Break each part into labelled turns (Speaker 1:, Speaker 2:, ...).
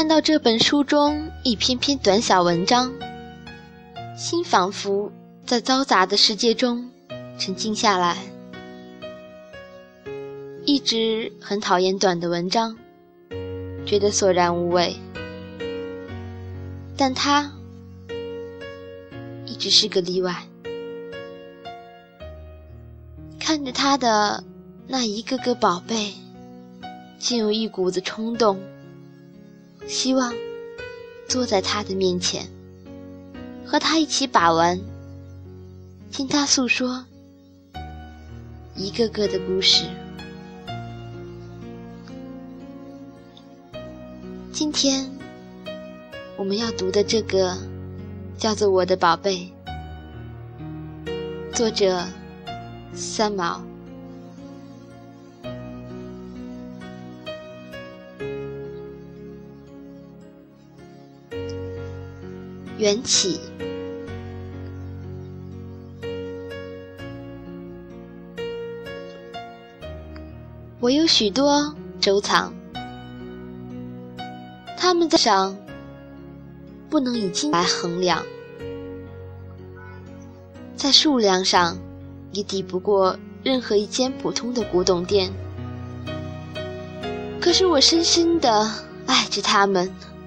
Speaker 1: 看到这本书中一篇篇短小文章，心仿佛在嘈杂的世界中沉静下来。一直很讨厌短的文章，觉得索然无味，但它一直是个例外。看着他的那一个个宝贝，竟有一股子冲动，希望坐在他的面前，和他一起把玩，听他诉说一个个的故事。今天我们要读的这个叫做《我的宝贝》，作者三毛。缘起。我有许多收藏，它们在上不能以金来衡量，在数量上也抵不过任何一间普通的古董店。可是我深深地爱着它们。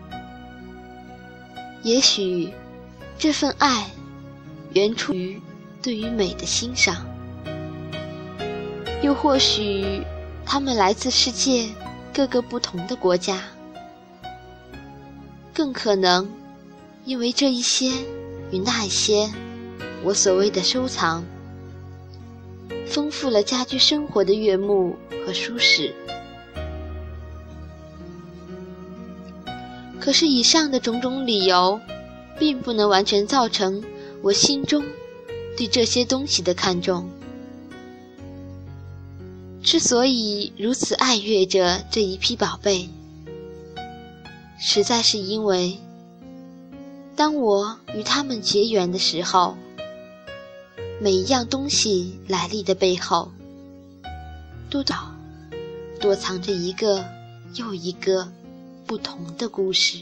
Speaker 1: 也许这份爱源出于对于美的欣赏，又或许它们来自世界各个不同的国家，更可能因为这一些与那一些我所谓的收藏，丰富了家居生活的悦目和舒适。可是以上的种种理由并不能完全造成我心中对这些东西的看重。之所以如此爱悦着这一批宝贝，实在是因为当我与他们结缘的时候，每一样东西来历的背后多藏着一个又一个不同的故事。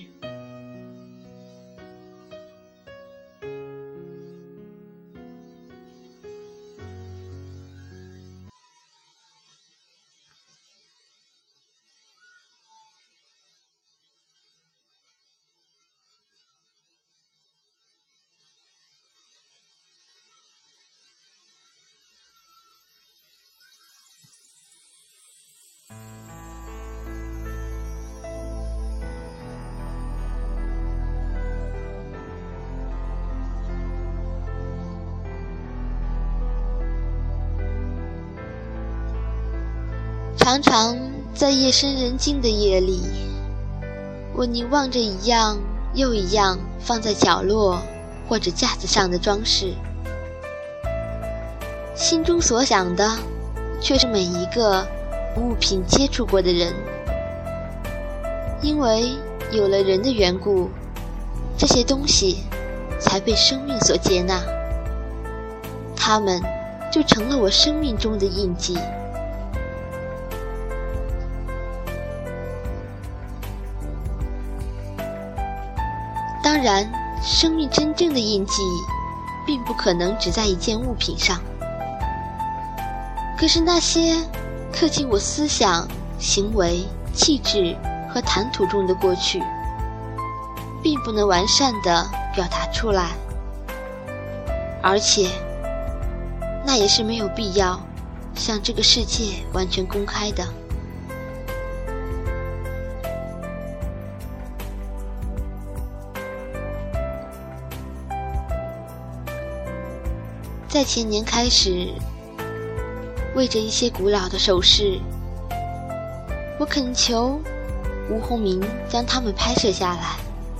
Speaker 1: 常常在夜深人静的夜里，我凝望着一样又一样放在角落或者架子上的装饰，心中所想的却是每一个物品接触过的人。因为有了人的缘故，这些东西才被生命所接纳，它们就成了我生命中的印记。当然，生命真正的印记并不可能只在一件物品上，可是那些刻进我思想、行为、气质和谈吐中的过去，并不能完善地表达出来，而且那也是没有必要向这个世界完全公开的。在前年开始，为着一些古老的首饰，我恳求吴鸿明将它们拍摄下来。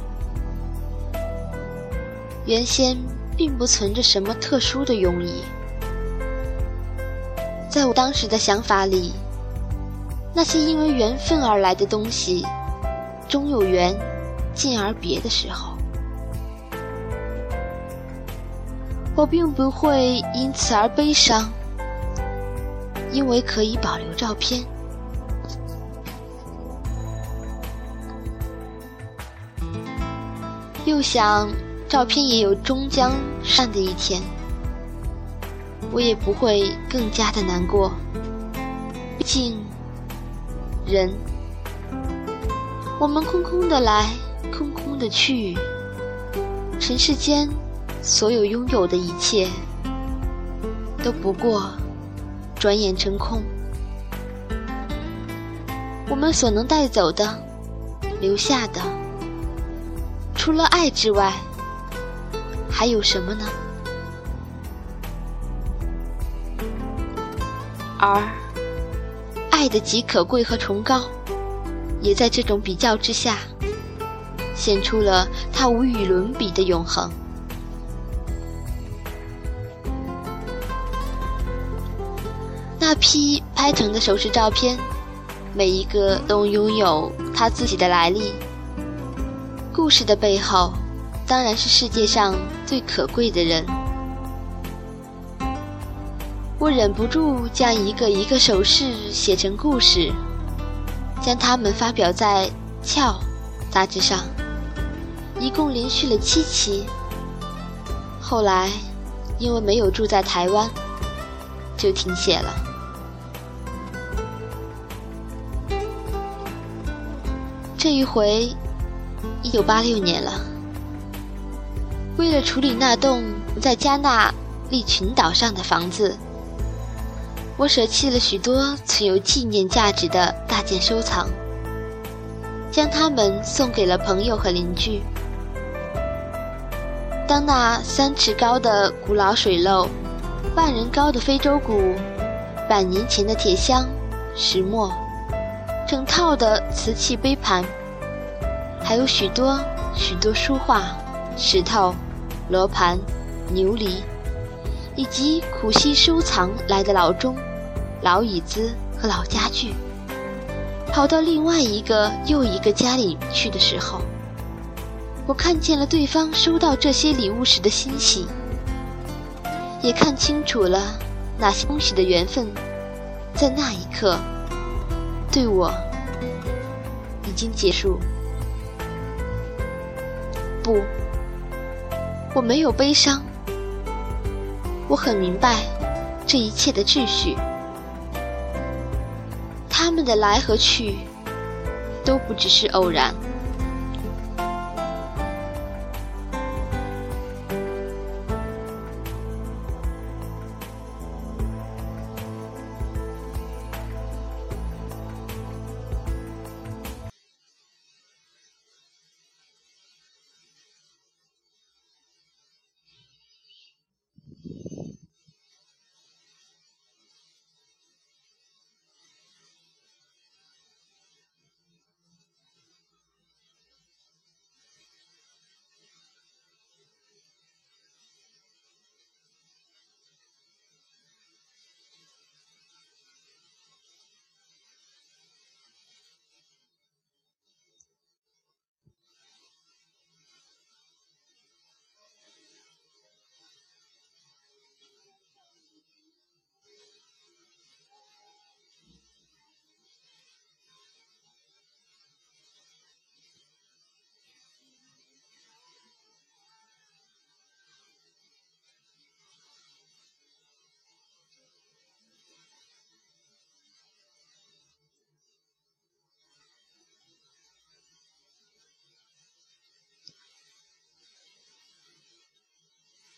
Speaker 1: 原先并不存着什么特殊的用意，在我当时的想法里，那些因为缘分而来的东西，终有缘尽而别的时候。我并不会因此而悲伤，因为可以保留照片。 又想照片也有终将散的一天，我也不会更加的难过。毕竟人，我们空空的来，空空的去，尘世间所有拥有的一切都不过转眼成空。我们所能带走的，留下的，除了爱之外，还有什么呢？而爱的极可贵和崇高，也在这种比较之下，显出了它无与伦比的永恒。那批拍成的首饰照片，每一个都拥有它自己的来历。故事的背后，当然是世界上最可贵的人。我忍不住将一个一个首饰写成故事，将它们发表在《俏》杂志上，一共连续了7期。后来因为没有住在台湾，就停写了。这一回1986年了，为了处理那栋在加纳利群岛上的房子，我舍弃了许多存有纪念价值的大件收藏，将它们送给了朋友和邻居。当那3尺高的古老水漏，万人高的非洲鼓，100年前的铁箱、石磨，整套的瓷器杯盘，还有许多书画、石头、罗盘、牛犁，以及苦心收藏来的老钟、老椅子和老家具，跑到另外一个又一个家里去的时候，我看见了对方收到这些礼物时的欣喜，也看清楚了那些东西的缘分，在那一刻对我已经结束。不，我没有悲伤，我很明白这一切的秩序，他们的来和去都不只是偶然。